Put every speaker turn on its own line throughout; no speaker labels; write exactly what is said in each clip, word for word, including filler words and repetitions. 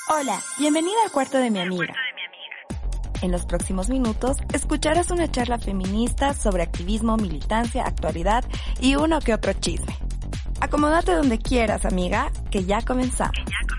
Hola, bienvenida al cuarto de mi amiga. En los próximos minutos escucharás una charla feminista sobre activismo, militancia, actualidad y uno que otro chisme. Acomódate donde quieras, amiga, que ya comenzamos.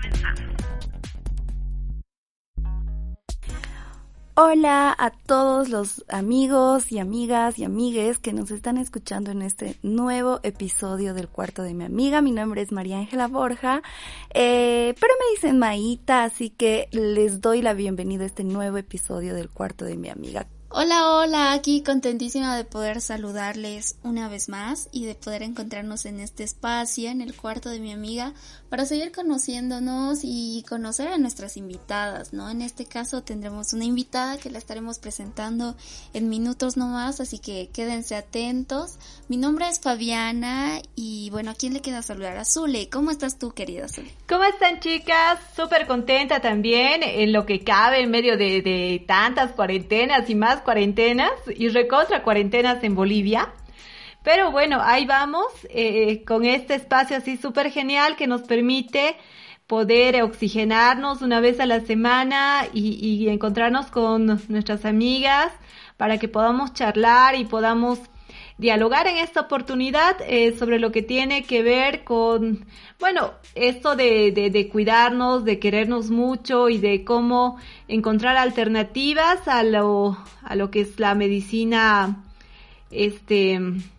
Hola a todos los amigos y amigas y amigues que nos están escuchando en este nuevo episodio del cuarto de mi amiga. Mi nombre es María Ángela Borja, eh, pero me dicen Maíta, así que les doy la bienvenida a este nuevo episodio del cuarto de mi amiga.
Hola, hola, aquí contentísima de poder saludarles una vez más y de poder encontrarnos en este espacio, en el cuarto de mi amiga, para seguir conociéndonos y conocer a nuestras invitadas, ¿no? En este caso tendremos una invitada que la estaremos presentando en minutos nomás, así que quédense atentos. Mi nombre es Fabiana y bueno, ¿a quién le queda saludar? A Zule. ¿Cómo estás tú, querida Zule?
¿Cómo están, chicas? Súper contenta también en lo que cabe en medio de, de tantas cuarentenas y más cuarentenas y recontra cuarentenas en Bolivia. Pero bueno, ahí vamos eh, con este espacio así súper genial que nos permite poder oxigenarnos una vez a la semana y, y encontrarnos con nuestras amigas para que podamos charlar y podamos dialogar en esta oportunidad eh, sobre lo que tiene que ver con, bueno, esto de, de, de cuidarnos, de querernos mucho y de cómo encontrar alternativas a lo, a lo que es la medicina, este,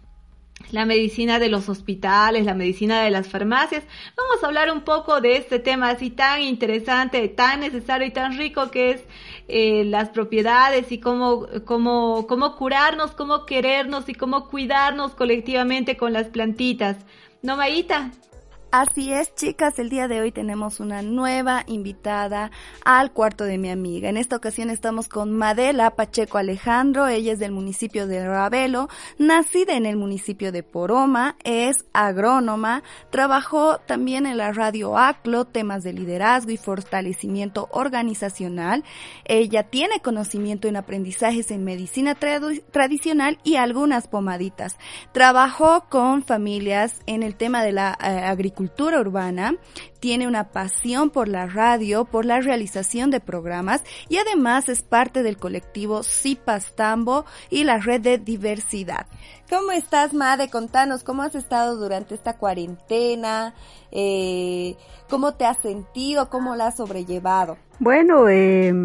la medicina de los hospitales, la medicina de las farmacias. Vamos a hablar un poco de este tema así tan interesante, tan necesario y tan rico que es eh, las propiedades y cómo, cómo, cómo curarnos, cómo querernos y cómo cuidarnos colectivamente con las plantitas. ¿No, Maíta?
Así es, chicas, el día de hoy tenemos una nueva invitada al cuarto de mi amiga. En esta ocasión estamos con Madela Pacheco Alejandro. Ella es del municipio de Ravelo, nacida en el municipio de Poroma, es agrónoma, trabajó también en la radio ACLO, temas de liderazgo y fortalecimiento organizacional. Ella tiene conocimiento en aprendizajes en medicina tradu- tradicional y algunas pomaditas. Trabajó con familias en el tema de la eh, agricultura cultura urbana, tiene una pasión por la radio, por la realización de programas y además es parte del colectivo Zipas Tambo y la red de diversidad. ¿Cómo estás, Made? Contanos, ¿cómo has estado durante esta cuarentena? Eh, ¿Cómo te has sentido? ¿Cómo la has sobrellevado?
Bueno, eh,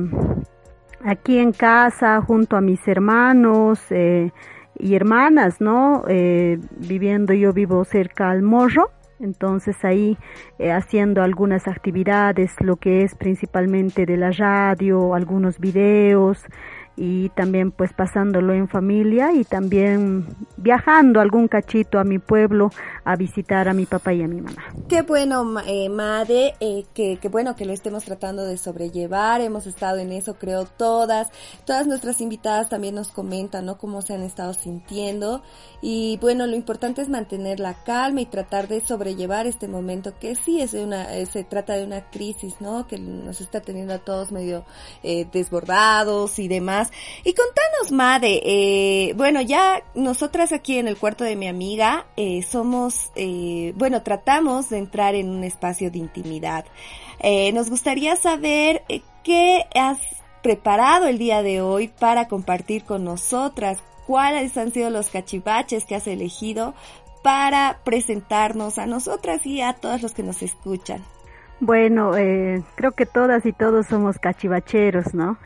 aquí en casa junto a mis hermanos eh, y hermanas, ¿no? Eh, viviendo, yo vivo cerca al Morro. Entonces ahí eh, haciendo algunas actividades, lo que es principalmente de la radio, algunos videos y también pues pasándolo en familia y también viajando algún cachito a mi pueblo a visitar a mi papá y a mi mamá.
Qué bueno, eh, Made, eh, que, que bueno que lo estemos tratando de sobrellevar, hemos estado en eso, creo, todas, todas nuestras invitadas también nos comentan, ¿no?, cómo se han estado sintiendo y bueno, lo importante es mantener la calma y tratar de sobrellevar este momento que sí es una, eh, se trata de una crisis, ¿no?, que nos está teniendo a todos medio eh, desbordados y demás. Y contanos, Made, eh, bueno, ya nosotras aquí en el cuarto de mi amiga eh, somos, eh, bueno, tratamos de entrar en un espacio de intimidad. Eh, nos gustaría saber eh, qué has preparado el día de hoy para compartir con nosotras, cuáles han sido los cachivaches que has elegido para presentarnos a nosotras y a todos los que nos escuchan.
Bueno, eh, creo que todas y todos somos cachivacheros, ¿no?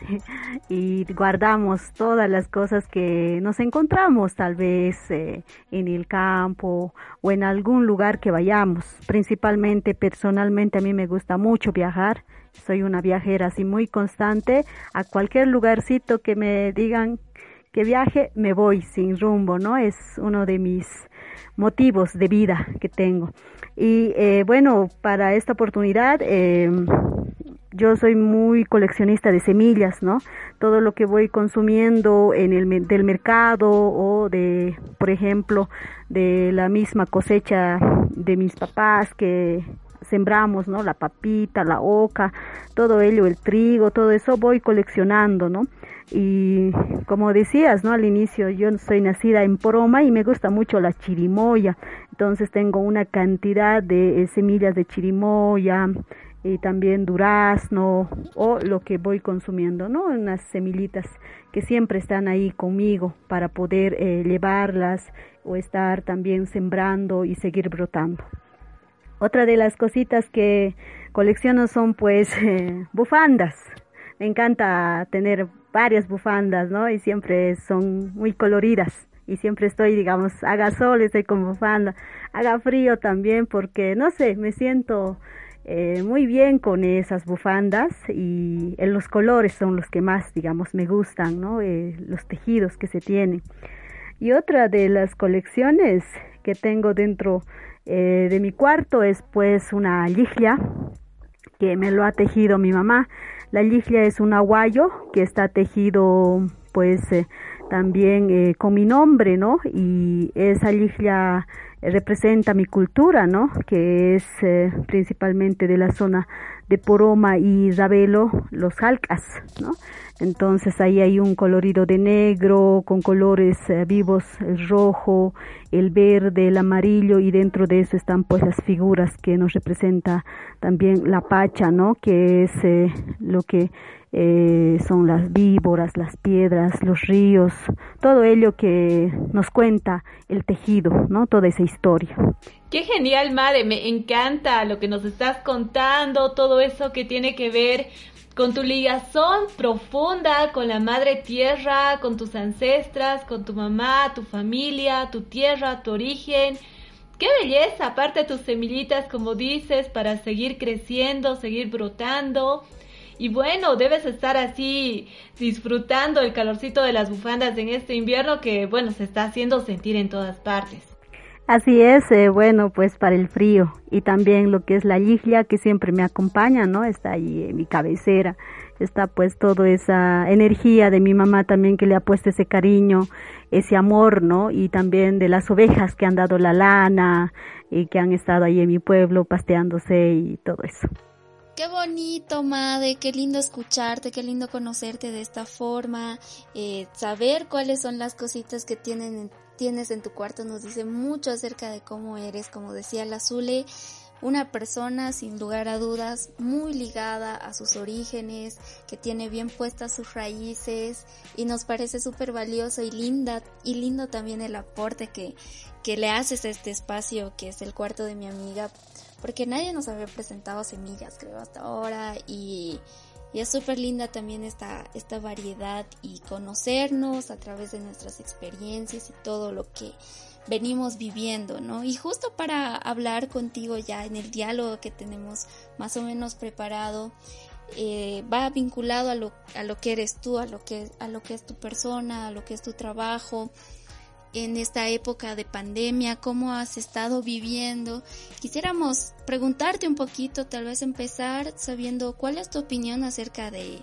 Y guardamos todas las cosas que nos encontramos, tal vez eh, en el campo o en algún lugar que vayamos. Principalmente, personalmente, a mí me gusta mucho viajar. Soy una viajera así muy constante. A cualquier lugarcito que me digan que viaje, me voy sin rumbo, ¿no? Es uno de mis motivos de vida que tengo. Y eh, bueno, para esta oportunidad eh, yo soy muy coleccionista de semillas, ¿no? Todo lo que voy consumiendo en el del mercado o de, por ejemplo, de la misma cosecha de mis papás que sembramos, ¿no? La papita, la oca, todo ello, el trigo, todo eso voy coleccionando, ¿no? Y como decías, ¿no? Al inicio, yo soy nacida en Poroma y me gusta mucho la chirimoya. Entonces tengo una cantidad de eh, semillas de chirimoya, y también durazno o lo que voy consumiendo, ¿no? Unas semillitas que siempre están ahí conmigo para poder eh, llevarlas o estar también sembrando y seguir brotando. Otra de las cositas que colecciono son pues eh, bufandas. Me encanta tener varias bufandas, ¿no? Y siempre son muy coloridas. Y siempre estoy, digamos, haga sol, estoy con bufanda, haga frío también, porque, no sé, me siento eh, muy bien con esas bufandas y eh, los colores son los que más, digamos, me gustan, ¿no? Eh, los tejidos que se tienen. Y otra de las colecciones que tengo dentro eh, de mi cuarto es pues una liglia que me lo ha tejido mi mamá. La liglia es un aguayo que está tejido pues eh, también eh, con mi nombre, ¿no? Y esa liglia eh, representa mi cultura, ¿no? Que es eh, principalmente de la zona de Poroma y Ravelo, los Jalcas, ¿no? Entonces ahí hay un colorido de negro con colores eh, vivos, el rojo, el verde, el amarillo, y dentro de eso están pues las figuras que nos representa también la pacha, ¿no? Que es eh, lo que eh, son las víboras, las piedras, los ríos, todo ello que nos cuenta el tejido, ¿no? Toda esa historia.
Qué genial, Made, me encanta lo que nos estás contando, todo eso que tiene que ver con tu ligazón profunda con la madre tierra, con tus ancestras, con tu mamá, tu familia, tu tierra, tu origen. ¡Qué belleza! Aparte tus semillitas, como dices, para seguir creciendo, seguir brotando. Y bueno, debes estar así disfrutando el calorcito de las bufandas en este invierno que, bueno, se está haciendo sentir en todas partes.
Así es, eh, bueno, pues para el frío, y también lo que es la liglia que siempre me acompaña, ¿no? Está ahí en mi cabecera, está pues toda esa energía de mi mamá también que le ha puesto ese cariño, ese amor, ¿no? Y también de las ovejas que han dado la lana y que han estado ahí en mi pueblo pasteándose y todo eso.
Qué bonito, Made, qué lindo escucharte, qué lindo conocerte de esta forma, eh, saber cuáles son las cositas que tienen en, tienes en tu cuarto nos dice mucho acerca de cómo eres, como decía la Zule, una persona sin lugar a dudas muy ligada a sus orígenes, que tiene bien puestas sus raíces y nos parece súper valioso y linda y lindo también el aporte que, que le haces a este espacio que es el cuarto de mi amiga, porque nadie nos había presentado semillas, creo, hasta ahora, y, y es súper linda también esta, esta variedad y conocernos a través de nuestras experiencias y todo lo que venimos viviendo, ¿no? Y justo para hablar contigo ya en el diálogo que tenemos más o menos preparado, eh, va vinculado a lo, a lo que eres tú, a lo que, a lo que es tu persona, a lo que es tu trabajo. En esta época de pandemia, ¿cómo has estado viviendo? Quisiéramos preguntarte un poquito, tal vez empezar sabiendo cuál es tu opinión acerca de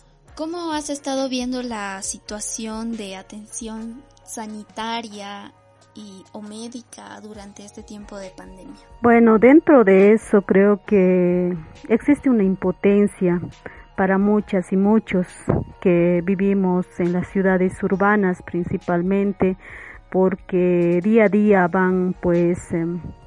cómo has estado viendo la situación de atención sanitaria y o médica durante este tiempo de pandemia.
Bueno, dentro de eso creo que existe una impotencia para muchas y muchos que vivimos en las ciudades urbanas principalmente, porque día a día van pues eh,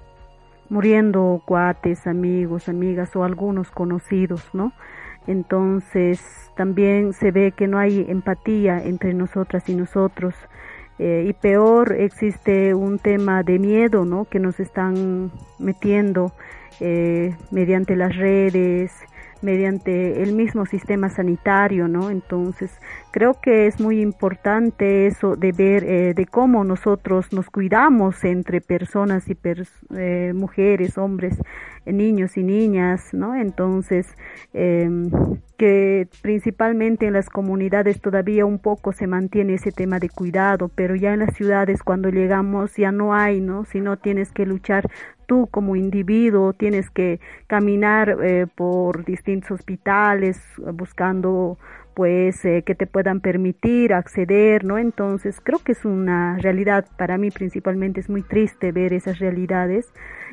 muriendo cuates, amigos, amigas o algunos conocidos, ¿no? Entonces también se ve que no hay empatía entre nosotras y nosotros, eh, y peor, existe un tema de miedo, ¿no? Que nos están metiendo eh, mediante las redes, mediante el mismo sistema sanitario, ¿no? Entonces, creo que es muy importante eso de ver eh, de cómo nosotros nos cuidamos entre personas y pers eh, mujeres, hombres, eh, niños y niñas, ¿no? Entonces, eh, que principalmente en las comunidades todavía un poco se mantiene ese tema de cuidado, pero ya en las ciudades cuando llegamos ya no hay, ¿no? Sino tienes que luchar tú como individuo, tienes que caminar eh, por distintos hospitales buscando pues eh, que te puedan permitir acceder, ¿no? Entonces creo que es una realidad, para mí principalmente es muy triste ver esas realidades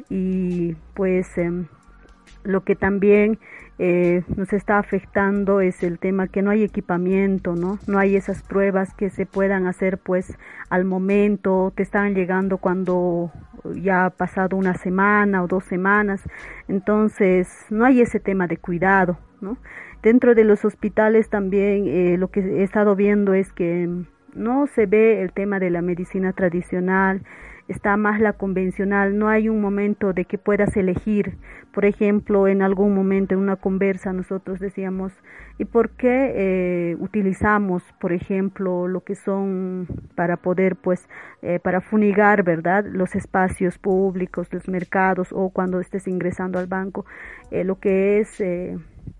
y pues eh, lo que también eh, nos está afectando es el tema que no hay equipamiento, ¿no? No hay esas pruebas que se puedan hacer pues al momento, te están llegando cuando ya ha pasado una semana o dos semanas, entonces no hay ese tema de cuidado, ¿no? Dentro de los hospitales también eh, lo que he estado viendo es que no se ve el tema de la medicina tradicional, está más la convencional, no hay un momento de que puedas elegir. Por ejemplo, en algún momento en una conversa nosotros decíamos, ¿y por qué eh, utilizamos, por ejemplo, lo que son para poder, pues, eh, para funigar, ¿verdad?, los espacios públicos, los mercados o cuando estés ingresando al banco, eh, lo que es eh,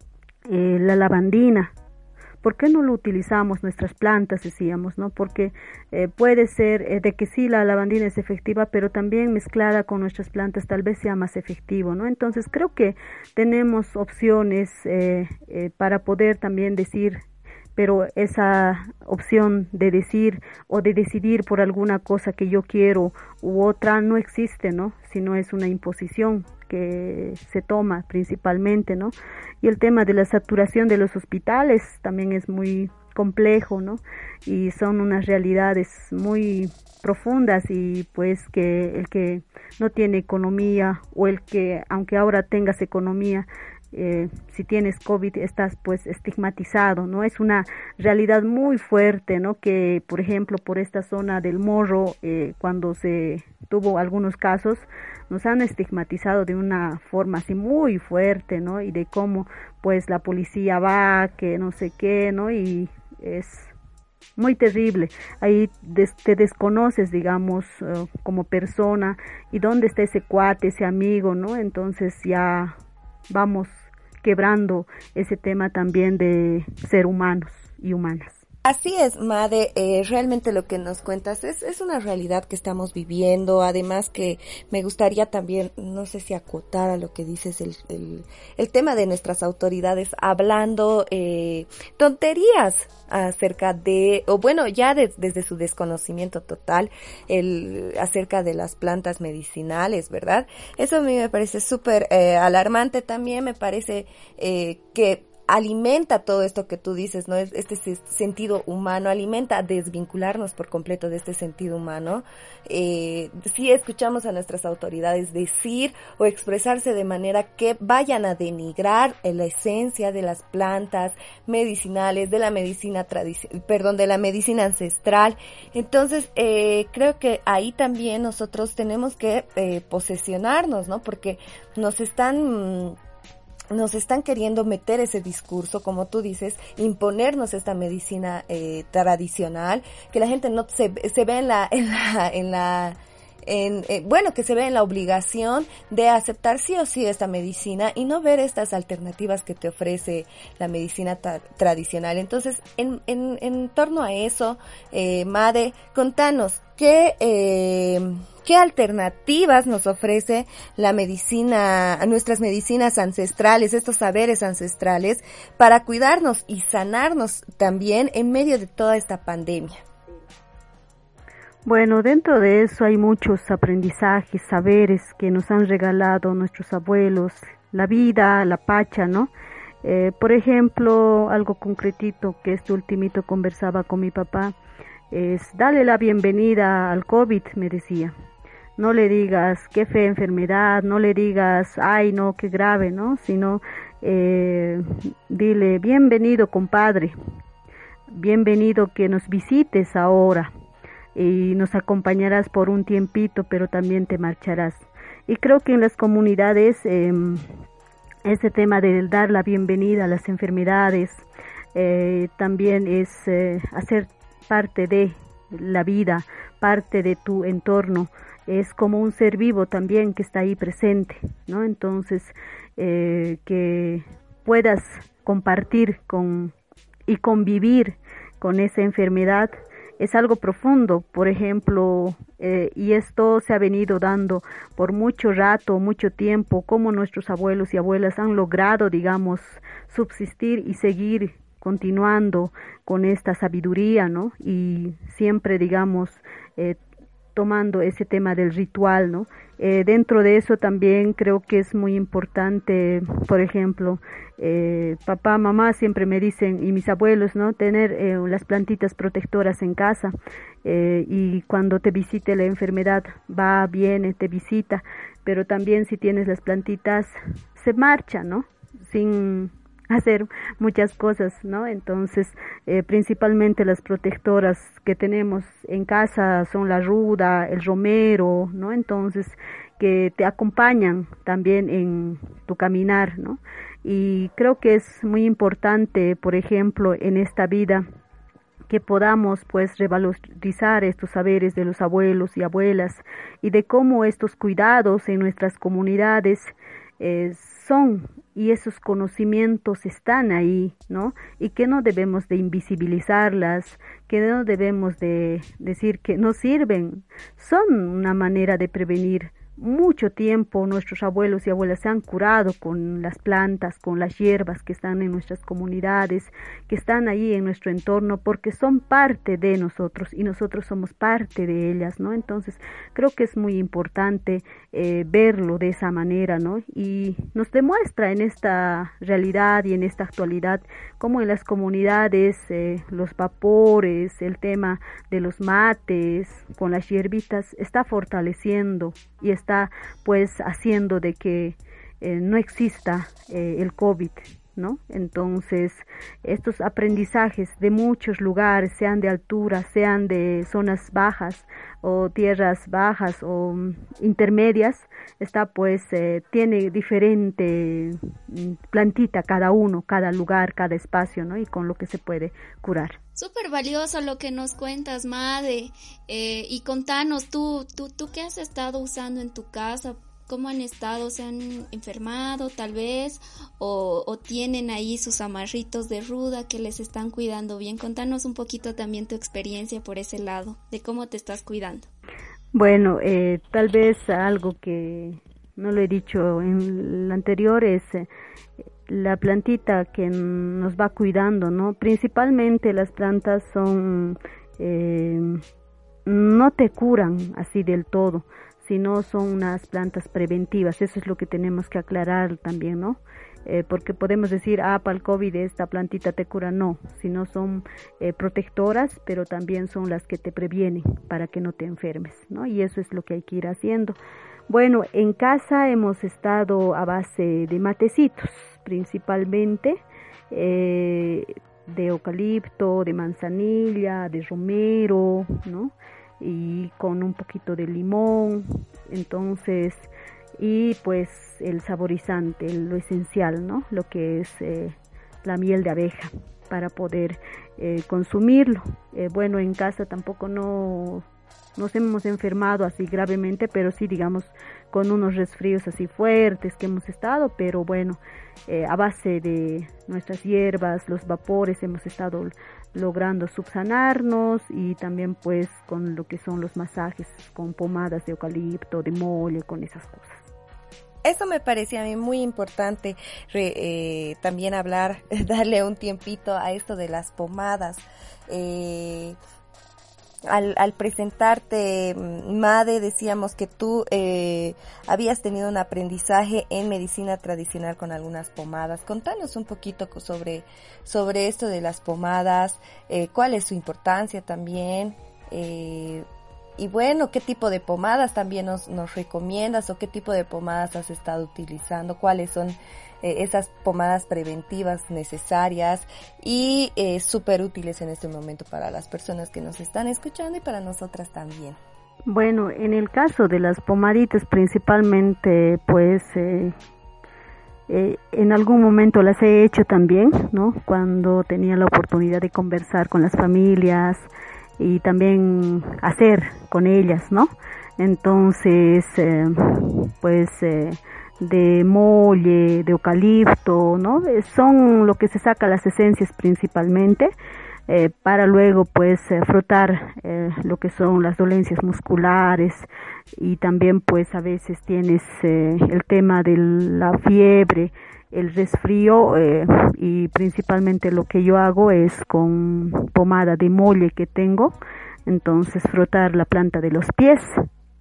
eh, la lavandina? ¿Por qué no lo utilizamos nuestras plantas, decíamos, no? Porque eh, puede ser eh, de que sí la lavandina es efectiva, pero también mezclada con nuestras plantas tal vez sea más efectivo, ¿no? Entonces creo que tenemos opciones eh, eh, para poder también decir, pero esa opción de decir o de decidir por alguna cosa que yo quiero u otra no existe, ¿no? Sino es una imposición que se toma principalmente, ¿no? Y el tema de la saturación de los hospitales también es muy complejo, ¿no? Y son unas realidades muy profundas y pues que el que no tiene economía o el que aunque ahora tengas economía, Eh, si tienes COVID estás pues estigmatizado, ¿no? Es una realidad muy fuerte, ¿no? Que por ejemplo por esta zona del Morro, eh, cuando se tuvo algunos casos, nos han estigmatizado de una forma así muy fuerte, ¿no? Y de cómo pues la policía va, que no sé qué, ¿no? Y es muy terrible. Ahí des, te desconoces, digamos, uh, como persona, y dónde está ese cuate, ese amigo, ¿no? Entonces ya vamos quebrando ese tema también de ser humanos y humanas.
Así es, Made, eh, realmente lo que nos cuentas es, es una realidad que estamos viviendo, además que me gustaría también, no sé si acotar a lo que dices, el, el, el tema de nuestras autoridades hablando eh, tonterías acerca de, o bueno, ya de, desde su desconocimiento total, el acerca de las plantas medicinales, ¿verdad? Eso a mí me parece súper eh, alarmante también, me parece eh, que alimenta todo esto que tú dices, ¿no? Este sentido humano, alimenta a desvincularnos por completo de este sentido humano. Eh, si escuchamos a nuestras autoridades decir o expresarse de manera que vayan a denigrar la esencia de las plantas medicinales, de la medicina tradicional, perdón, de la medicina ancestral. Entonces, eh, creo que ahí también nosotros tenemos que eh, posesionarnos, ¿no? Porque nos están... nos están queriendo meter ese discurso, como tú dices, imponernos esta medicina eh, tradicional, que la gente no se, se ve en la, en la, en la, en, eh, bueno, que se ve en la obligación de aceptar sí o sí esta medicina y no ver estas alternativas que te ofrece la medicina tra- tradicional. Entonces, en, en, en torno a eso, eh, Made, contanos, ¿qué, eh, ¿qué alternativas nos ofrece la medicina, nuestras medicinas ancestrales, estos saberes ancestrales, para cuidarnos y sanarnos también en medio de toda esta pandemia?
Bueno, dentro de eso hay muchos aprendizajes, saberes que nos han regalado nuestros abuelos, la vida, la pacha, ¿no? Eh, por ejemplo, algo concretito que este ultimito conversaba con mi papá, es dale la bienvenida al COVID, me decía. No le digas qué fea enfermedad, no le digas, ay no, qué grave, ¿no? Sino eh, dile, bienvenido compadre, bienvenido que nos visites ahora y nos acompañarás por un tiempito, pero también te marcharás. Y creo que en las comunidades eh, ese tema de dar la bienvenida a las enfermedades eh, también es eh, hacer parte de la vida, parte de tu entorno, es como un ser vivo también que está ahí presente, ¿no? Entonces, eh, que puedas compartir con y convivir con esa enfermedad es algo profundo, por ejemplo, eh, y esto se ha venido dando por mucho rato, mucho tiempo, como nuestros abuelos y abuelas han logrado, digamos, subsistir y seguir continuando con esta sabiduría, ¿no? Y siempre, digamos, eh, tomando ese tema del ritual, ¿no? Eh, dentro de eso también creo que es muy importante, por ejemplo, eh, papá, mamá siempre me dicen, y mis abuelos, ¿no? Tener eh, las plantitas protectoras en casa, eh, y cuando te visite la enfermedad, va, viene, te visita, pero también si tienes las plantitas, se marcha, ¿no? Sin hacer muchas cosas, ¿no? Entonces, eh, principalmente las protectoras que tenemos en casa son la ruda, el romero, ¿no? Entonces, que te acompañan también en tu caminar, ¿no? Y creo que es muy importante, por ejemplo, en esta vida, que podamos pues revalorizar estos saberes de los abuelos y abuelas y de cómo estos cuidados en nuestras comunidades eh, son y esos conocimientos están ahí, ¿no? Y que no debemos de invisibilizarlas, que no debemos de decir que no sirven, son una manera de prevenir. Mucho tiempo nuestros abuelos y abuelas se han curado con las plantas, con las hierbas que están en nuestras comunidades, que están ahí en nuestro entorno, porque son parte de nosotros y nosotros somos parte de ellas, ¿no? Entonces creo que es muy importante eh, verlo de esa manera, ¿no? Y nos demuestra en esta realidad y en esta actualidad cómo en las comunidades eh, los vapores, el tema de los mates con las hierbitas está fortaleciendo y está pues haciendo de que eh, no exista eh, el COVID, ¿no? Entonces, estos aprendizajes de muchos lugares, sean de altura, sean de zonas bajas o tierras bajas o um, intermedias, está pues, eh, tiene diferente mm, plantita cada uno, cada lugar, cada espacio, ¿no? Y con lo que se puede curar.
Súper valioso lo que nos cuentas, Made, eh, y contanos, tú, tú, tú qué has estado usando en tu casa, cómo han estado, se han enfermado tal vez, o, o tienen ahí sus amarritos de ruda que les están cuidando bien. Contanos un poquito también tu experiencia por ese lado, de cómo te estás cuidando.
Bueno, eh, tal vez algo que no lo he dicho en el anterior es eh, la plantita que nos va cuidando, ¿no? Principalmente las plantas son, eh, no te curan así del todo, sino son unas plantas preventivas. Eso es lo que tenemos que aclarar también, ¿no? Eh, porque podemos decir, ah, para el COVID esta plantita te cura, no, sino son eh, protectoras, pero también son las que te previenen para que no te enfermes, ¿no? Y eso es lo que hay que ir haciendo. Bueno, en casa hemos estado a base de matecitos, principalmente, eh, de eucalipto, de manzanilla, de romero, ¿no? Y con un poquito de limón, entonces, y pues el saborizante, lo esencial, ¿no? Lo que es eh, la miel de abeja para poder eh, consumirlo. Eh, bueno, en casa tampoco no nos hemos enfermado así gravemente, pero sí, digamos, con unos resfríos así fuertes que hemos estado, pero bueno, eh, a base de nuestras hierbas, los vapores, hemos estado logrando subsanarnos, y también pues con lo que son los masajes con pomadas de eucalipto, de mole, con esas cosas.
Eso me parecía a mí muy importante, re, eh, también hablar, darle un tiempito a esto de las pomadas. Eh, Al, al presentarte, Made, decíamos que tú eh, habías tenido un aprendizaje en medicina tradicional con algunas pomadas. Contanos un poquito sobre, sobre esto de las pomadas, eh, cuál es su importancia también, eh, y bueno, qué tipo de pomadas también nos, nos recomiendas, o qué tipo de pomadas has estado utilizando, cuáles son eh, esas pomadas preventivas necesarias y eh, súper útiles en este momento para las personas que nos están escuchando y para nosotras también.
Bueno, en el caso de las pomaditas principalmente, pues eh, eh, en algún momento las he hecho también, ¿no? Cuando tenía la oportunidad de conversar con las familias y también hacer con ellas, ¿no? Entonces, eh, pues eh, de mole, de eucalipto, ¿no? Eh, son lo que se saca las esencias principalmente, eh, para luego pues eh, frotar eh, lo que son las dolencias musculares, y también pues a veces tienes eh, el tema de la fiebre, el resfrío, eh, y principalmente lo que yo hago es con pomada de mole que tengo, entonces frotar la planta de los pies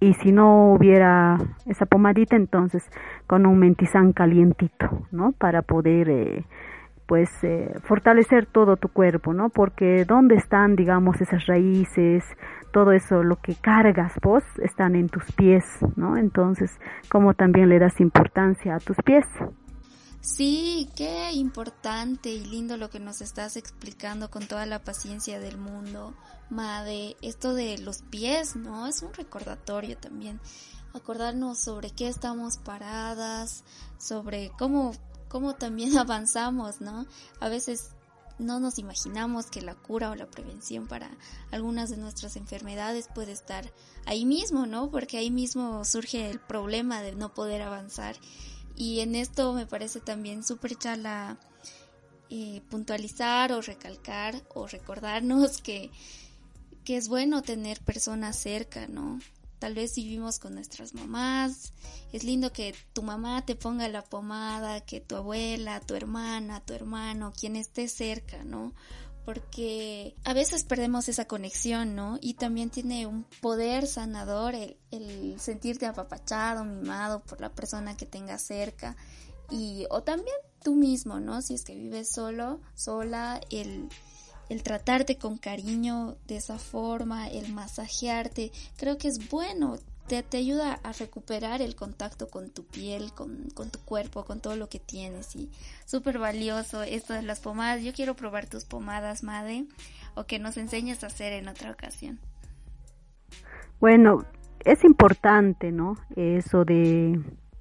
y si no hubiera esa pomadita, entonces con un mentizán calientito, ¿no? Para poder eh, pues eh, fortalecer todo tu cuerpo, ¿no? Porque ¿dónde están, digamos, esas raíces? Todo eso, lo que cargas vos, están en tus pies, ¿no? Entonces, ¿cómo también le das importancia a tus pies?
Sí, qué importante y lindo lo que nos estás explicando con toda la paciencia del mundo, Made. Esto de los pies, ¿no? Es un recordatorio también. Acordarnos sobre qué estamos paradas, sobre cómo, cómo también avanzamos, ¿no? A veces no nos imaginamos que la cura o la prevención para algunas de nuestras enfermedades puede estar ahí mismo, ¿no? Porque ahí mismo surge el problema de no poder avanzar. Y en esto me parece también súper chala eh, puntualizar o recalcar o recordarnos que, que es bueno tener personas cerca, ¿no? Tal vez vivimos con nuestras mamás, es lindo que tu mamá te ponga la pomada, que tu abuela, tu hermana, tu hermano, quien esté cerca, ¿no? Porque a veces perdemos esa conexión, ¿no? Y también tiene un poder sanador el, el sentirte apapachado, mimado por la persona que tengas cerca. Y, o también tú mismo, ¿no? Si es que vives solo, sola, el, el tratarte con cariño de esa forma, el masajearte, creo que es bueno. Te, te ayuda a recuperar el contacto con tu piel, con, con tu cuerpo, con todo lo que tienes. Y súper valioso esto de las pomadas. Yo quiero probar tus pomadas, Made, o que nos enseñes a hacer en otra ocasión.
Bueno, es importante, ¿no? Eso de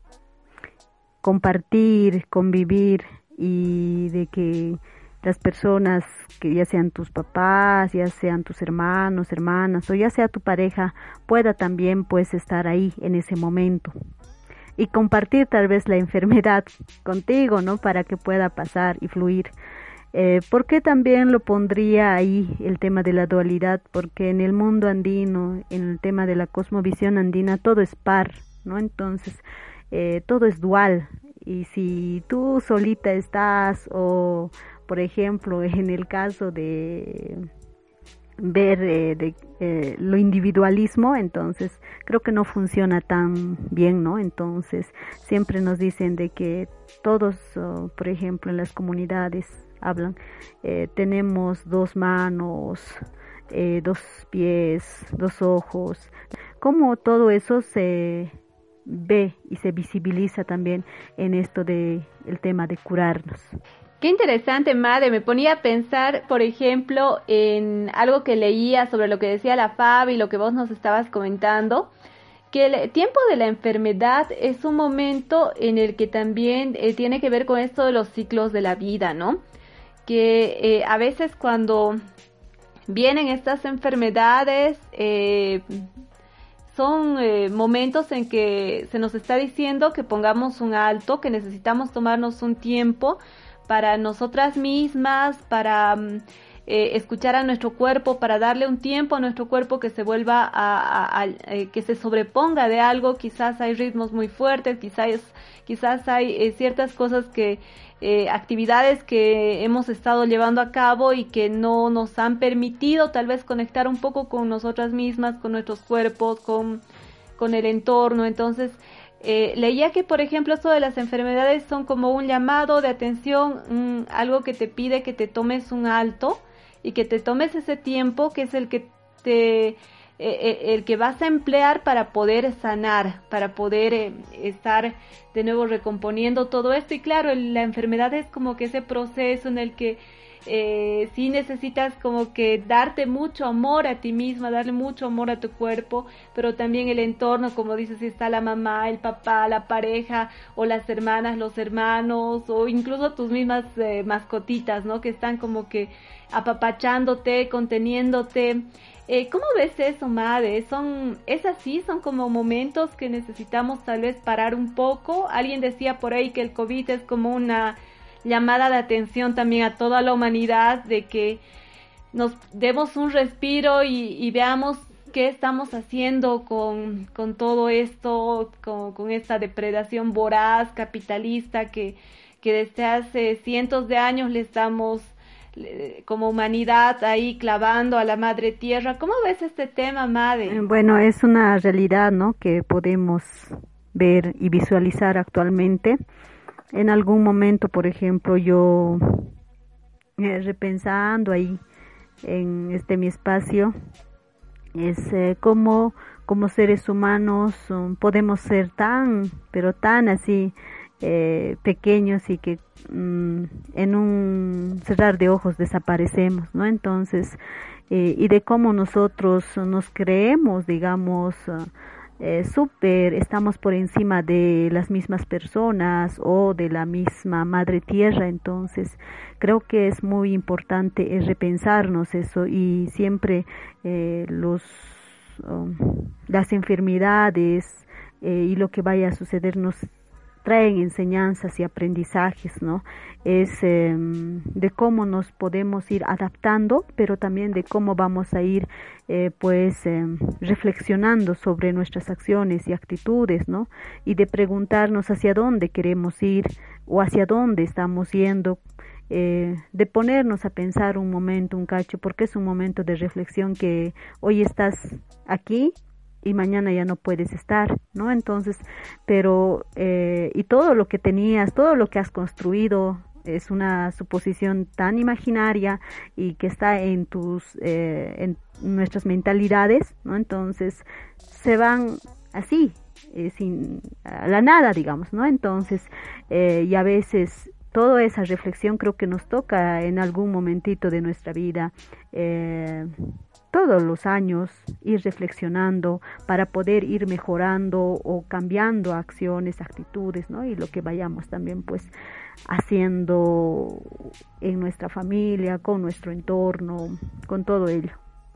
compartir, convivir y de que las personas, que ya sean tus papás, ya sean tus hermanos, hermanas, o ya sea tu pareja, pueda también pues estar ahí en ese momento y compartir tal vez la enfermedad contigo, ¿no? Para que pueda pasar y fluir. Eh, ¿Por qué también lo pondría ahí el tema de la dualidad? Porque en el mundo andino, en el tema de la cosmovisión andina, todo es par, ¿no? Entonces, eh, todo es dual. Y si tú solita estás o por ejemplo, en el caso de ver eh, de, eh, lo individualismo, entonces creo que no funciona tan bien, ¿no? Entonces siempre nos dicen de que todos, oh, por ejemplo, en las comunidades hablan, eh, tenemos dos manos, eh, dos pies, dos ojos. ¿Cómo todo eso se ve y se visibiliza también en esto de el tema de curarnos?
Qué interesante, Made. Me ponía a pensar, por ejemplo, en algo que leía sobre lo que decía la Fabi y lo que vos nos estabas comentando, que el tiempo de la enfermedad es un momento en el que también eh, tiene que ver con esto de los ciclos de la vida, ¿no? Que eh, a veces cuando vienen estas enfermedades, eh, son eh, momentos en que se nos está diciendo que pongamos un alto, que necesitamos tomarnos un tiempo para nosotras mismas, para eh, escuchar a nuestro cuerpo, para darle un tiempo a nuestro cuerpo que se vuelva a, a, a eh, que se sobreponga de algo. Quizás hay ritmos muy fuertes, quizás, quizás hay eh, ciertas cosas que, eh, actividades que hemos estado llevando a cabo y que no nos han permitido tal vez conectar un poco con nosotras mismas, con nuestros cuerpos, con, con el entorno. Entonces, Eh, leía que, por ejemplo, esto de las enfermedades son como un llamado de atención, un, algo que te pide que te tomes un alto y que te tomes ese tiempo que es el que te eh, el que vas a emplear para poder sanar, para poder eh, estar de nuevo recomponiendo todo esto. Y claro, la enfermedad es como que ese proceso en el que Eh, sí necesitas como que darte mucho amor a ti misma, darle mucho amor a tu cuerpo, pero también el entorno, como dices, si está la mamá, el papá, la pareja, o las hermanas, los hermanos, o incluso tus mismas eh, mascotitas, ¿no? Que están como que apapachándote, conteniéndote. Eh, ¿Cómo ves eso, Made? ¿Son, es así? ¿Son como momentos que necesitamos tal vez parar un poco? Alguien decía por ahí que el COVID es como una llamada de atención también a toda la humanidad, de que nos demos un respiro y, y veamos qué estamos haciendo con, con todo esto, con, con esta depredación voraz, capitalista, que, que desde hace cientos de años le estamos como humanidad ahí clavando a la madre tierra. ¿Cómo ves este tema, Made?
Bueno, es una realidad, ¿no?, que podemos ver y visualizar actualmente. En algún momento, por ejemplo, yo eh, repensando ahí en este mi espacio, es eh, cómo como seres humanos um, podemos ser tan, pero tan así eh, pequeños y que um, en un cerrar de ojos desaparecemos, ¿no? Entonces, eh, y de cómo nosotros nos creemos, digamos, uh, eh, súper, estamos por encima de las mismas personas o de la misma madre tierra. Entonces creo que es muy importante eh, repensarnos eso, y siempre eh, los um, las enfermedades eh, y lo que vaya a suceder nos traen enseñanzas y aprendizajes, ¿no? Es eh, de cómo nos podemos ir adaptando, pero también de cómo vamos a ir eh, pues eh, reflexionando sobre nuestras acciones y actitudes, ¿no? Y de preguntarnos hacia dónde queremos ir o hacia dónde estamos yendo, eh, de ponernos a pensar un momento, un cacho, porque es un momento de reflexión que hoy estás aquí y mañana ya no puedes estar, ¿no? Entonces, pero, eh, y todo lo que tenías, todo lo que has construido, es una suposición tan imaginaria y que está en tus, eh, en nuestras mentalidades, ¿no? Entonces, se van así, eh, sin, a la nada, digamos, ¿no? Entonces, eh, y a veces, toda esa reflexión creo que nos toca en algún momentito de nuestra vida, eh, todos los años ir reflexionando para poder ir mejorando o cambiando acciones, actitudes, ¿no? Y lo que vayamos también pues haciendo en nuestra familia, con nuestro entorno, con todo ello.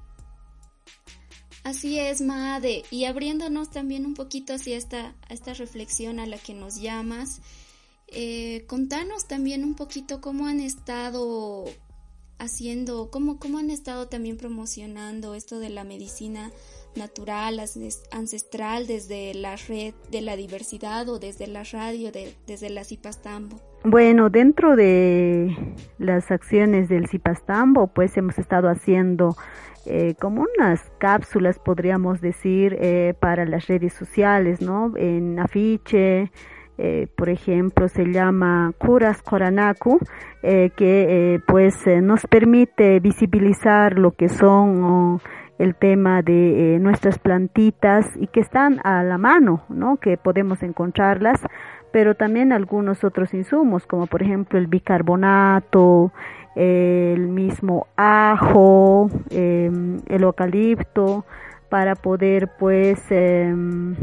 Así es, Made, y abriéndonos también un poquito hacia esta, esta reflexión a la que nos llamas, eh, contanos también un poquito cómo han estado haciendo, cómo, cómo han estado también promocionando esto de la medicina natural, ancestral, desde la red de la diversidad o desde la radio, de, desde la Cipastambo.
Bueno, dentro de las acciones del Cipastambo, pues hemos estado haciendo eh, como unas cápsulas, podríamos decir, eh, para las redes sociales, ¿no? En afiche. Eh, por ejemplo, se llama Curas Coranacu, eh, que eh, pues eh, nos permite visibilizar lo que son oh, el tema de eh, nuestras plantitas y que están a la mano, ¿no? Que podemos encontrarlas, pero también algunos otros insumos, como por ejemplo el bicarbonato, eh, el mismo ajo, eh, el eucalipto, para poder pues eh,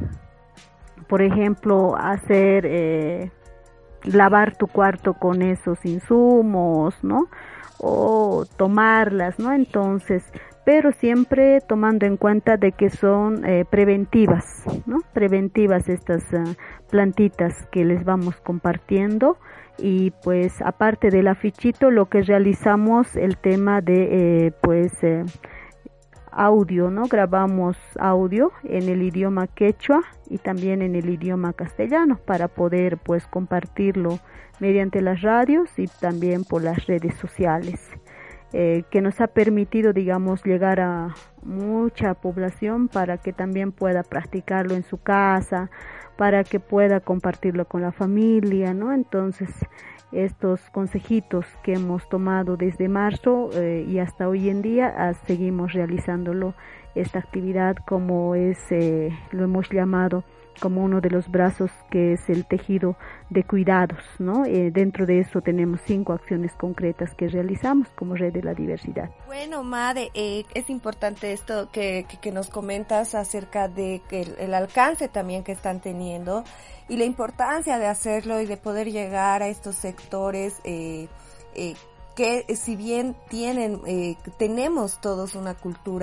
por ejemplo, hacer, eh, lavar tu cuarto con esos insumos, ¿no? O tomarlas, ¿no? Entonces, pero siempre tomando en cuenta de que son eh, preventivas, ¿no? Preventivas estas uh, plantitas que les vamos compartiendo. Y pues, aparte del afichito, lo que realizamos el tema de, eh, pues, eh, audio, ¿no? Grabamos audio en el idioma quechua y también en el idioma castellano para poder pues compartirlo mediante las radios y también por las redes sociales, eh, que nos ha permitido, digamos, llegar a mucha población para que también pueda practicarlo en su casa, para que pueda compartirlo con la familia, ¿no? Entonces, estos consejitos que hemos tomado desde marzo eh, y hasta hoy en día ah, seguimos realizándolo, esta actividad, como es, eh, lo hemos llamado como uno de los brazos, que es el tejido de cuidados, ¿no? Eh, dentro de eso tenemos cinco acciones concretas que realizamos como Red de la Diversidad.
Bueno, Made, eh, es importante esto que, que, que nos comentas acerca de que el, el alcance también que están teniendo y la importancia de hacerlo y de poder llegar a estos sectores eh, eh, que si bien tienen, eh, tenemos todos una cultura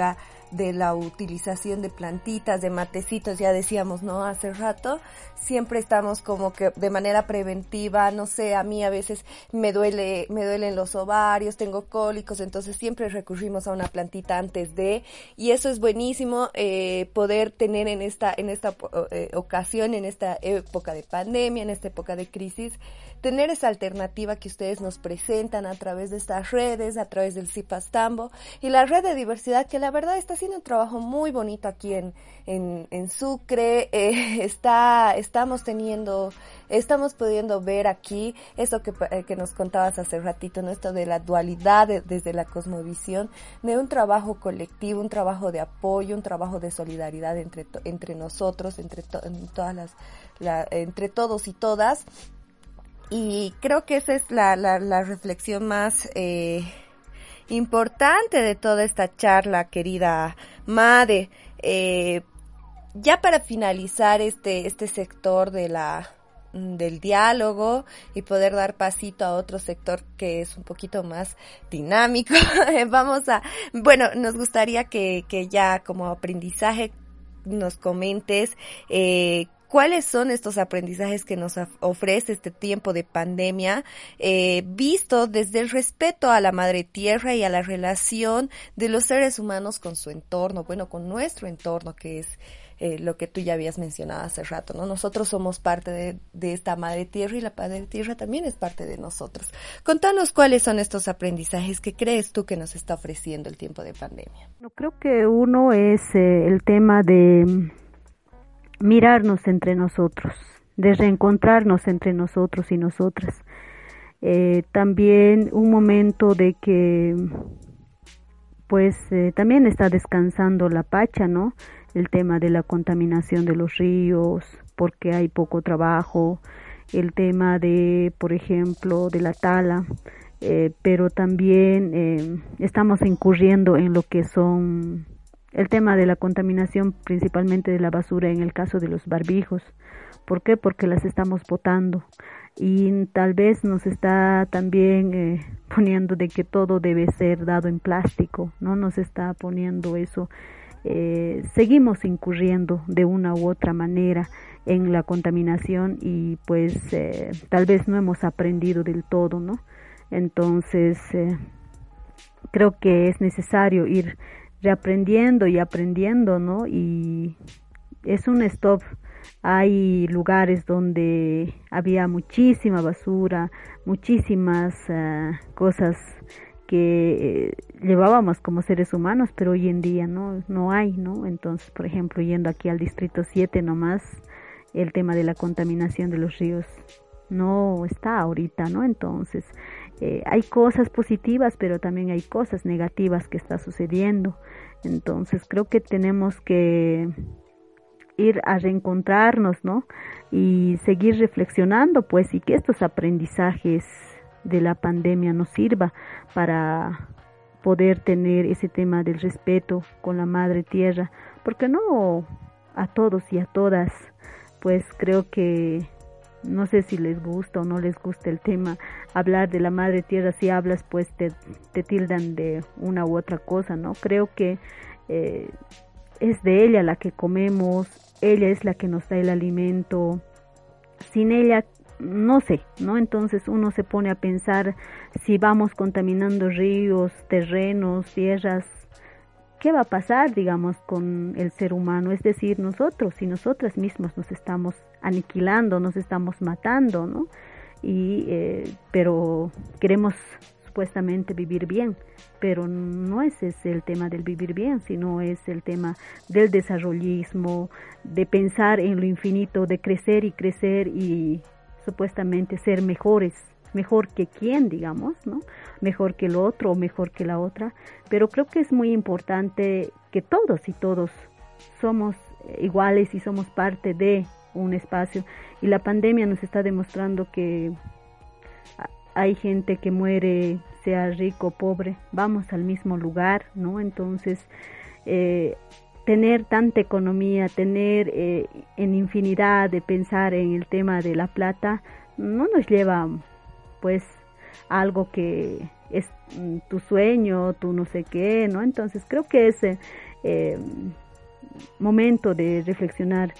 de la utilización de plantitas, de matecitos, ya decíamos, ¿no? Hace rato, siempre estamos como que de manera preventiva, no sé, a mí a veces me duele, me duelen los ovarios, tengo cólicos, entonces siempre recurrimos a una plantita antes de, y eso es buenísimo, eh, poder tener en esta, en esta eh, ocasión, en esta época de pandemia, en esta época de crisis, tener esa alternativa que ustedes nos presentan a través de estas redes, a través del Cipastambo y la red de diversidad, que la verdad está haciendo un trabajo muy bonito aquí en, en, en Sucre. Eh, está, estamos teniendo, estamos pudiendo ver aquí eso que, eh, que nos contabas hace ratito, ¿no? Esto de la dualidad de, desde la cosmovisión, de un trabajo colectivo, un trabajo de apoyo, un trabajo de solidaridad entre, entre nosotros, entre, to, en todas las, la, entre todos y todas. Y creo que esa es la, la, la reflexión más eh, importante de toda esta charla, querida Made. Eh, ya para finalizar este, este sector de la, del diálogo y poder dar pasito a otro sector que es un poquito más dinámico, vamos a, bueno, nos gustaría que, que ya como aprendizaje nos comentes eh, ¿cuáles son estos aprendizajes que nos ofrece este tiempo de pandemia, eh, visto desde el respeto a la madre tierra y a la relación de los seres humanos con su entorno, bueno, con nuestro entorno, que es eh, lo que tú ya habías mencionado hace rato, ¿no? Nosotros somos parte de, de esta madre tierra y la madre tierra también es parte de nosotros. Contanos cuáles son estos aprendizajes que crees tú que nos está ofreciendo el tiempo de pandemia.
No, creo que uno es eh, el tema de mirarnos entre nosotros, de reencontrarnos entre nosotros y nosotras. Eh, también un momento de que pues eh, también está descansando la Pacha, ¿no? El tema de la contaminación de los ríos, porque hay poco trabajo, el tema de, por ejemplo, de la tala, eh, pero también eh, estamos incurriendo en lo que son el tema de la contaminación, principalmente de la basura en el caso de los barbijos. ¿Por qué? Porque las estamos botando y tal vez nos está también eh, poniendo de que todo debe ser dado en plástico, no nos está poniendo eso. Eh, seguimos incurriendo de una u otra manera en la contaminación y pues eh, tal vez no hemos aprendido del todo, ¿no? Entonces eh, creo que es necesario ir reaprendiendo y aprendiendo, ¿no? Y es un stop. Hay lugares donde había muchísima basura, muchísimas uh, cosas que eh, llevábamos como seres humanos, pero hoy en día no no hay, ¿no? Entonces, por ejemplo, yendo aquí al distrito siete nomás, el tema de la contaminación de los ríos no está ahorita, ¿no? Entonces, eh, hay cosas positivas, pero también hay cosas negativas que está sucediendo. Entonces, creo que tenemos que ir a reencontrarnos, ¿no? Y seguir reflexionando, pues, y que estos aprendizajes de la pandemia nos sirva para poder tener ese tema del respeto con la madre tierra, porque no a todos y a todas, pues creo que no sé si les gusta o no les gusta el tema, hablar de la madre tierra. Si hablas, pues te, te tildan de una u otra cosa, ¿no? Creo que eh, es de ella la que comemos, ella es la que nos da el alimento. Sin ella, no sé, ¿no? Entonces uno se pone a pensar, si vamos contaminando ríos, terrenos, tierras, ¿qué va a pasar, digamos, con el ser humano? Es decir, nosotros y nosotras mismas nos estamos aniquilando, nos estamos matando, ¿no? Y, eh, pero queremos supuestamente vivir bien, pero no es ese el tema del vivir bien, sino es el tema del desarrollismo, de pensar en lo infinito, de crecer y crecer y supuestamente ser mejores, mejor que quién, digamos, ¿no? Mejor que el otro o mejor que la otra, pero creo que es muy importante que todos y todos somos iguales y somos parte de un espacio, y la pandemia nos está demostrando que hay gente que muere, sea rico o pobre, vamos al mismo lugar, ¿no? Entonces, eh, tener tanta economía, tener eh, en infinidad de pensar en el tema de la plata, no nos lleva pues algo que es tu sueño, tu no sé qué, ¿no? Entonces creo que es, eh, momento de reflexionar,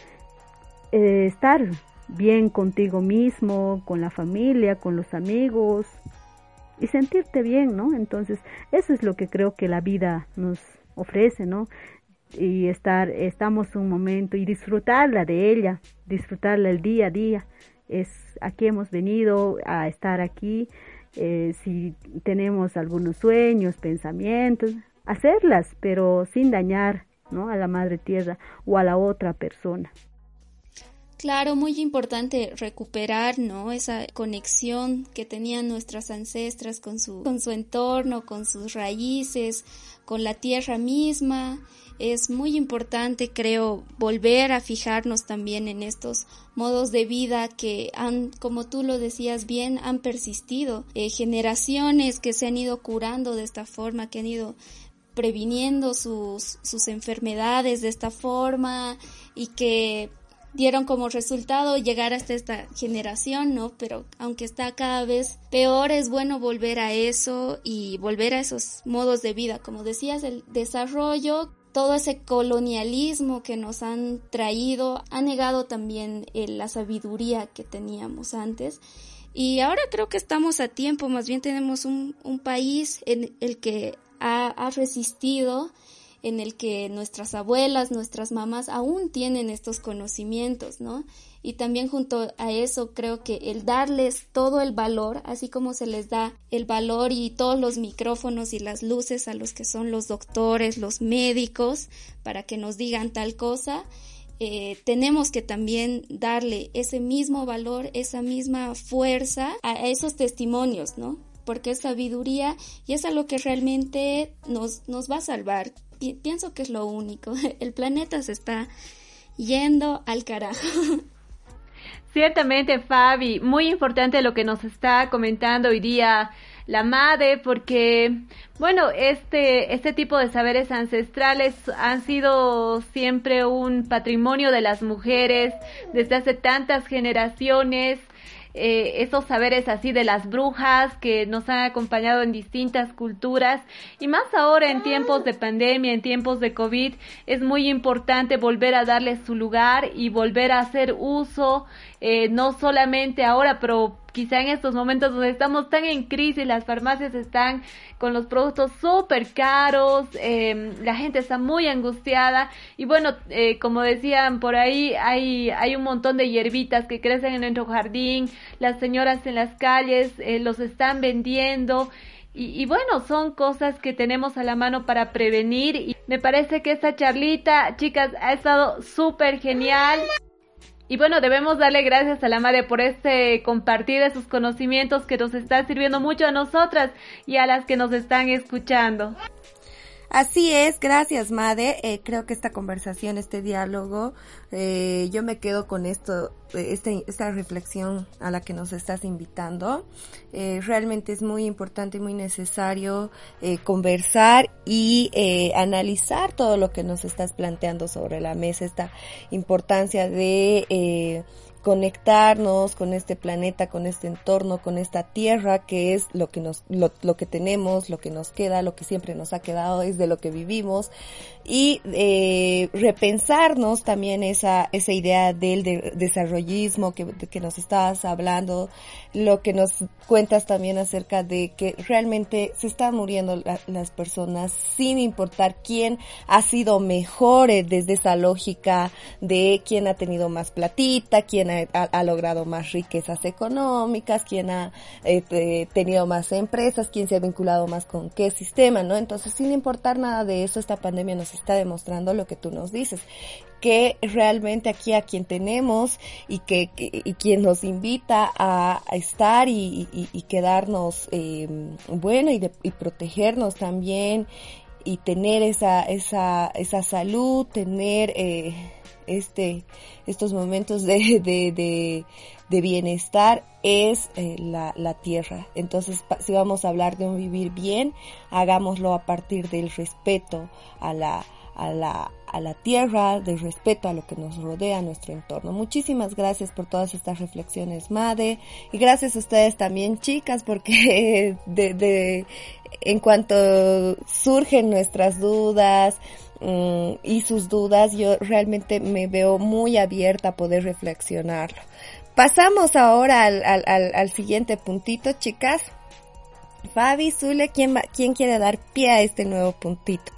eh, estar bien contigo mismo, con la familia, con los amigos y sentirte bien, ¿no? Entonces, eso es lo que creo que la vida nos ofrece, ¿no? Y estar, estamos un momento y disfrutarla de ella, disfrutarla el día a día. Es, aquí hemos venido a estar aquí, eh, si tenemos algunos sueños, pensamientos, hacerlas, pero sin dañar, ¿no?, a la madre tierra o a la otra persona.
Claro, muy importante recuperar, ¿no?, esa conexión que tenían nuestras ancestras con su, con su entorno, con sus raíces, con la tierra misma. Es muy importante, creo, volver a fijarnos también en estos modos de vida que han, como tú lo decías bien, han persistido. Eh, generaciones que se han ido curando de esta forma, que han ido previniendo sus, sus enfermedades de esta forma y que dieron como resultado llegar hasta esta generación, ¿no? Pero aunque está cada vez peor, es bueno volver a eso y volver a esos modos de vida. Como decías, el desarrollo, todo ese colonialismo que nos han traído, ha negado también eh, la sabiduría que teníamos antes. Y ahora creo que estamos a tiempo, más bien tenemos un, un país en el que ha, ha resistido, en el que nuestras abuelas, nuestras mamás aún tienen estos conocimientos, ¿no? Y también junto a eso creo que el darles todo el valor, así como se les da el valor y todos los micrófonos y las luces a los que son los doctores, los médicos, para que nos digan tal cosa, eh, tenemos que también darle ese mismo valor, esa misma fuerza a esos testimonios, ¿no? Porque es sabiduría y es a lo que realmente nos, nos va a salvar. Pienso que es lo único. El planeta se está yendo al carajo.
Ciertamente, Fabi, muy importante lo que nos está comentando hoy día la madre, porque, bueno, este, este tipo de saberes ancestrales han sido siempre un patrimonio de las mujeres desde hace tantas generaciones. Eh, esos saberes así de las brujas que nos han acompañado en distintas culturas y más ahora en tiempos de pandemia, en tiempos de COVID, es muy importante volver a darles su lugar y volver a hacer uso, eh, no solamente ahora, pero quizá en estos momentos donde estamos tan en crisis, las farmacias están con los productos súper caros, eh, la gente está muy angustiada y bueno, eh, como decían por ahí, hay, hay un montón de hierbitas que crecen en nuestro jardín, las señoras en las calles eh, los están vendiendo y, y bueno, son cosas que tenemos a la mano para prevenir y me parece que esta charlita, chicas, ha estado súper genial. Y bueno, debemos darle gracias a la madre por este compartir de sus conocimientos que nos está sirviendo mucho a nosotras y a las que nos están escuchando.
Así es, gracias Made, eh, creo que esta conversación, este diálogo, eh, yo me quedo con esto, este, esta reflexión a la que nos estás invitando, eh, realmente es muy importante y muy necesario eh, conversar y eh, analizar todo lo que nos estás planteando sobre la mesa, esta importancia de eh, conectarnos con este planeta, con este entorno, con esta tierra que es lo que nos, lo, lo que tenemos, lo que nos queda, lo que siempre nos ha quedado, es de lo que vivimos y eh, repensarnos también esa esa idea del de, desarrollismo que, de que nos estabas hablando, lo que nos cuentas también acerca de que realmente se están muriendo la, las personas sin importar quién ha sido mejor eh, desde esa lógica de quién ha tenido más platita, quién ha, ha, ha logrado más riquezas económicas, quién ha eh, tenido más empresas, quién se ha vinculado más con qué sistema, ¿no? Entonces, sin importar nada de eso, esta pandemia nos está demostrando lo que tú nos dices, que realmente aquí a quien tenemos y que, que y quien nos invita a, a estar y, y, y quedarnos eh, bueno y, de, y protegernos también y tener esa esa esa salud, tener eh, este estos momentos de de de, de bienestar es eh, la la tierra. Entonces, pa, si vamos a hablar de un vivir bien, hagámoslo a partir del respeto a la a la a la tierra, del respeto a lo que nos rodea, a nuestro entorno. Muchísimas gracias por todas estas reflexiones, Made, y gracias a ustedes también, chicas, porque de, de en cuanto surgen nuestras dudas, um, y sus dudas, yo realmente me veo muy abierta a poder reflexionarlo. Pasamos ahora al, al, al, al siguiente puntito, chicas. Fabi, Zule, ¿quién, va, ¿quién quiere dar pie a este nuevo puntito?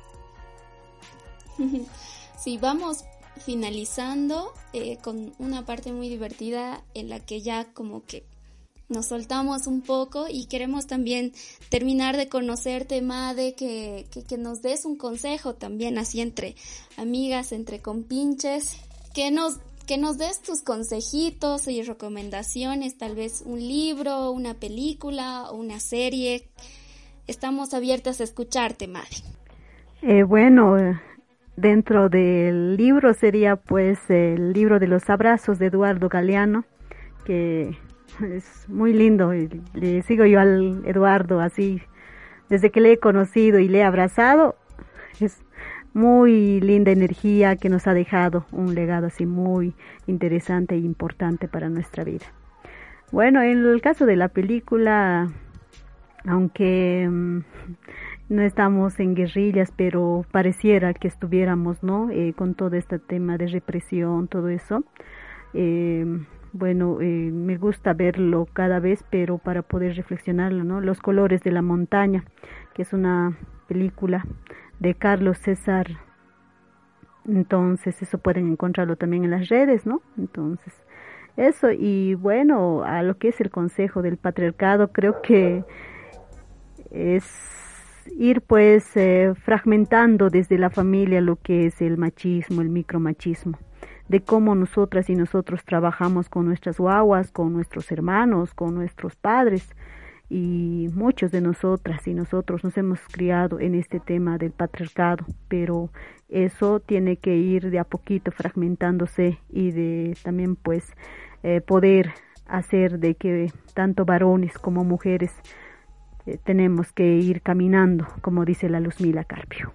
Sí, vamos finalizando eh, con una parte muy divertida en la que ya como que nos soltamos un poco y queremos también terminar de conocerte, Made, que, que, que nos des un consejo también así entre amigas, entre compinches, que nos, que nos des tus consejitos y recomendaciones, tal vez un libro, una película o una serie. Estamos abiertas a escucharte, Made.
Eh, bueno, dentro del libro sería pues el libro de los abrazos de Eduardo Galeano, que es muy lindo. Le sigo yo al Eduardo así, desde que le he conocido y le he abrazado, es muy linda energía que nos ha dejado un legado así muy interesante e importante para nuestra vida. Bueno, en el caso de la película, aunque um, no estamos en guerrillas, pero pareciera que estuviéramos, ¿no? Eh, con todo este tema de represión, todo eso. Eh, Bueno, eh, me gusta verlo cada vez, pero para poder reflexionarlo, ¿no? Los colores de la montaña, que es una película de Carlos César. Entonces, eso pueden encontrarlo también en las redes, ¿no? Entonces, eso. Y bueno, a lo que es el consejo del patriarcado, creo que es ir pues eh, fragmentando desde la familia lo que es el machismo, el micromachismo, de cómo nosotras y nosotros trabajamos con nuestras guaguas, con nuestros hermanos, con nuestros padres, y muchos de nosotras y nosotros nos hemos criado en este tema del patriarcado, pero eso tiene que ir de a poquito fragmentándose y de también pues eh, poder hacer de que tanto varones como mujeres eh, tenemos que ir caminando, como dice la Luzmila Carpio.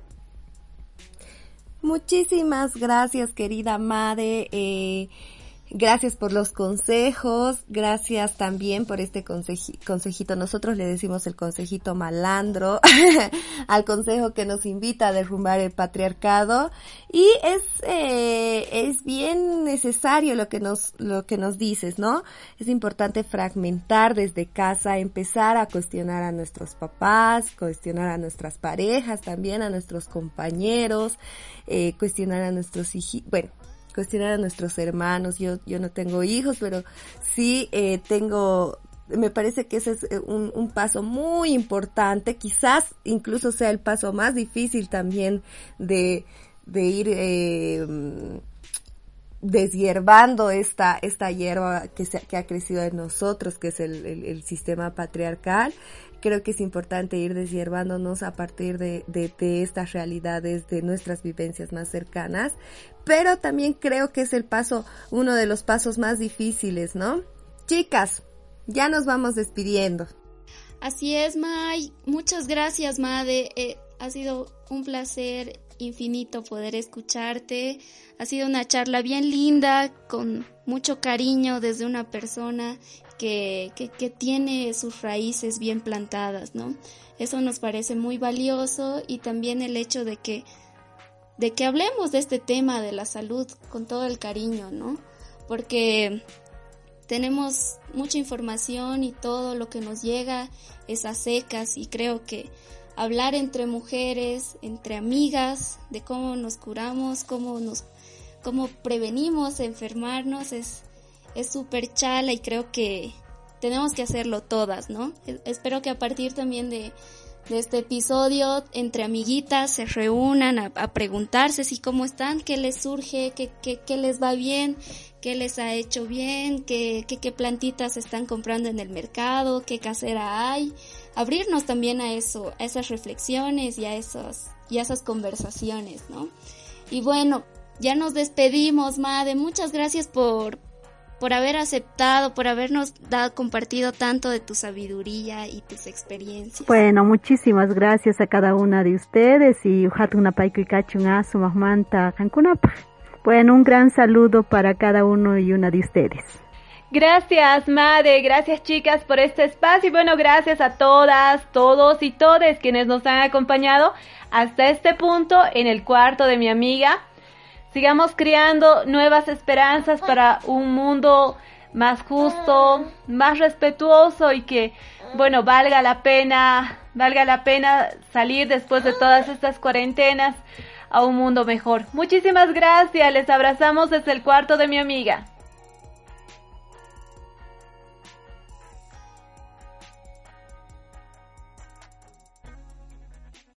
Muchísimas gracias, querida Made. Eh, gracias por los consejos. Gracias también por este conseji- consejito. Nosotros le decimos el consejito malandro al consejo que nos invita a derrumbar el patriarcado. Y es eh, es bien necesario lo que nos lo que nos dices, ¿no? Es importante fragmentar desde casa, empezar a cuestionar a nuestros papás, cuestionar a nuestras parejas, también a nuestros compañeros. Eh, cuestionar a nuestros hijos, bueno, cuestionar a nuestros hermanos. Yo yo no tengo hijos, pero sí eh, tengo, me parece que ese es un, un paso muy importante, quizás incluso sea el paso más difícil también de, de ir eh, deshierbando esta esta hierba que, se, que ha crecido en nosotros, que es el, el, el sistema patriarcal. Creo que es importante ir deshiervándonos a partir de, de, de estas realidades, de nuestras vivencias más cercanas, pero también creo que es el paso, uno de los pasos más difíciles, ¿no? Chicas, ya nos vamos despidiendo.
Así es, May. Muchas gracias, Made. Eh, ha sido un placer infinito poder escucharte. Ha sido una charla bien linda, con mucho cariño desde una persona que, que, que tiene sus raíces bien plantadas, ¿no? Eso nos parece muy valioso, y también el hecho de que, de que hablemos de este tema de la salud con todo el cariño, ¿no? Porque tenemos mucha información y todo lo que nos llega es a secas, y creo que hablar entre mujeres, entre amigas, de cómo nos curamos, cómo nos, cómo prevenimos enfermarnos es es súper chala, y creo que tenemos que hacerlo todas, ¿no? Espero que a partir también de, de este episodio, entre amiguitas se reúnan a, a preguntarse si cómo están, qué les surge, qué, qué, qué les va bien, qué les ha hecho bien, qué, qué, qué plantitas están comprando en el mercado, qué casera hay. Abrirnos también a eso, a esas reflexiones y a esas, y a esas conversaciones, ¿no? Y bueno, ya nos despedimos, Made. Muchas gracias por por haber aceptado, por habernos dado, compartido tanto de tu sabiduría y tus experiencias.
Bueno, muchísimas gracias a cada una de ustedes, y ujatuna paiku y cachungazo mahmanta cancunapa. Bueno, un gran saludo para cada uno y una de ustedes.
Gracias, Made, gracias chicas por este espacio y bueno, gracias a todas, todos y todes quienes nos han acompañado hasta este punto en el cuarto de mi amiga. Sigamos creando nuevas esperanzas para un mundo más justo, más respetuoso y que, bueno, valga la pena, valga la pena salir después de todas estas cuarentenas a un mundo mejor. Muchísimas gracias, les abrazamos desde el cuarto de mi amiga.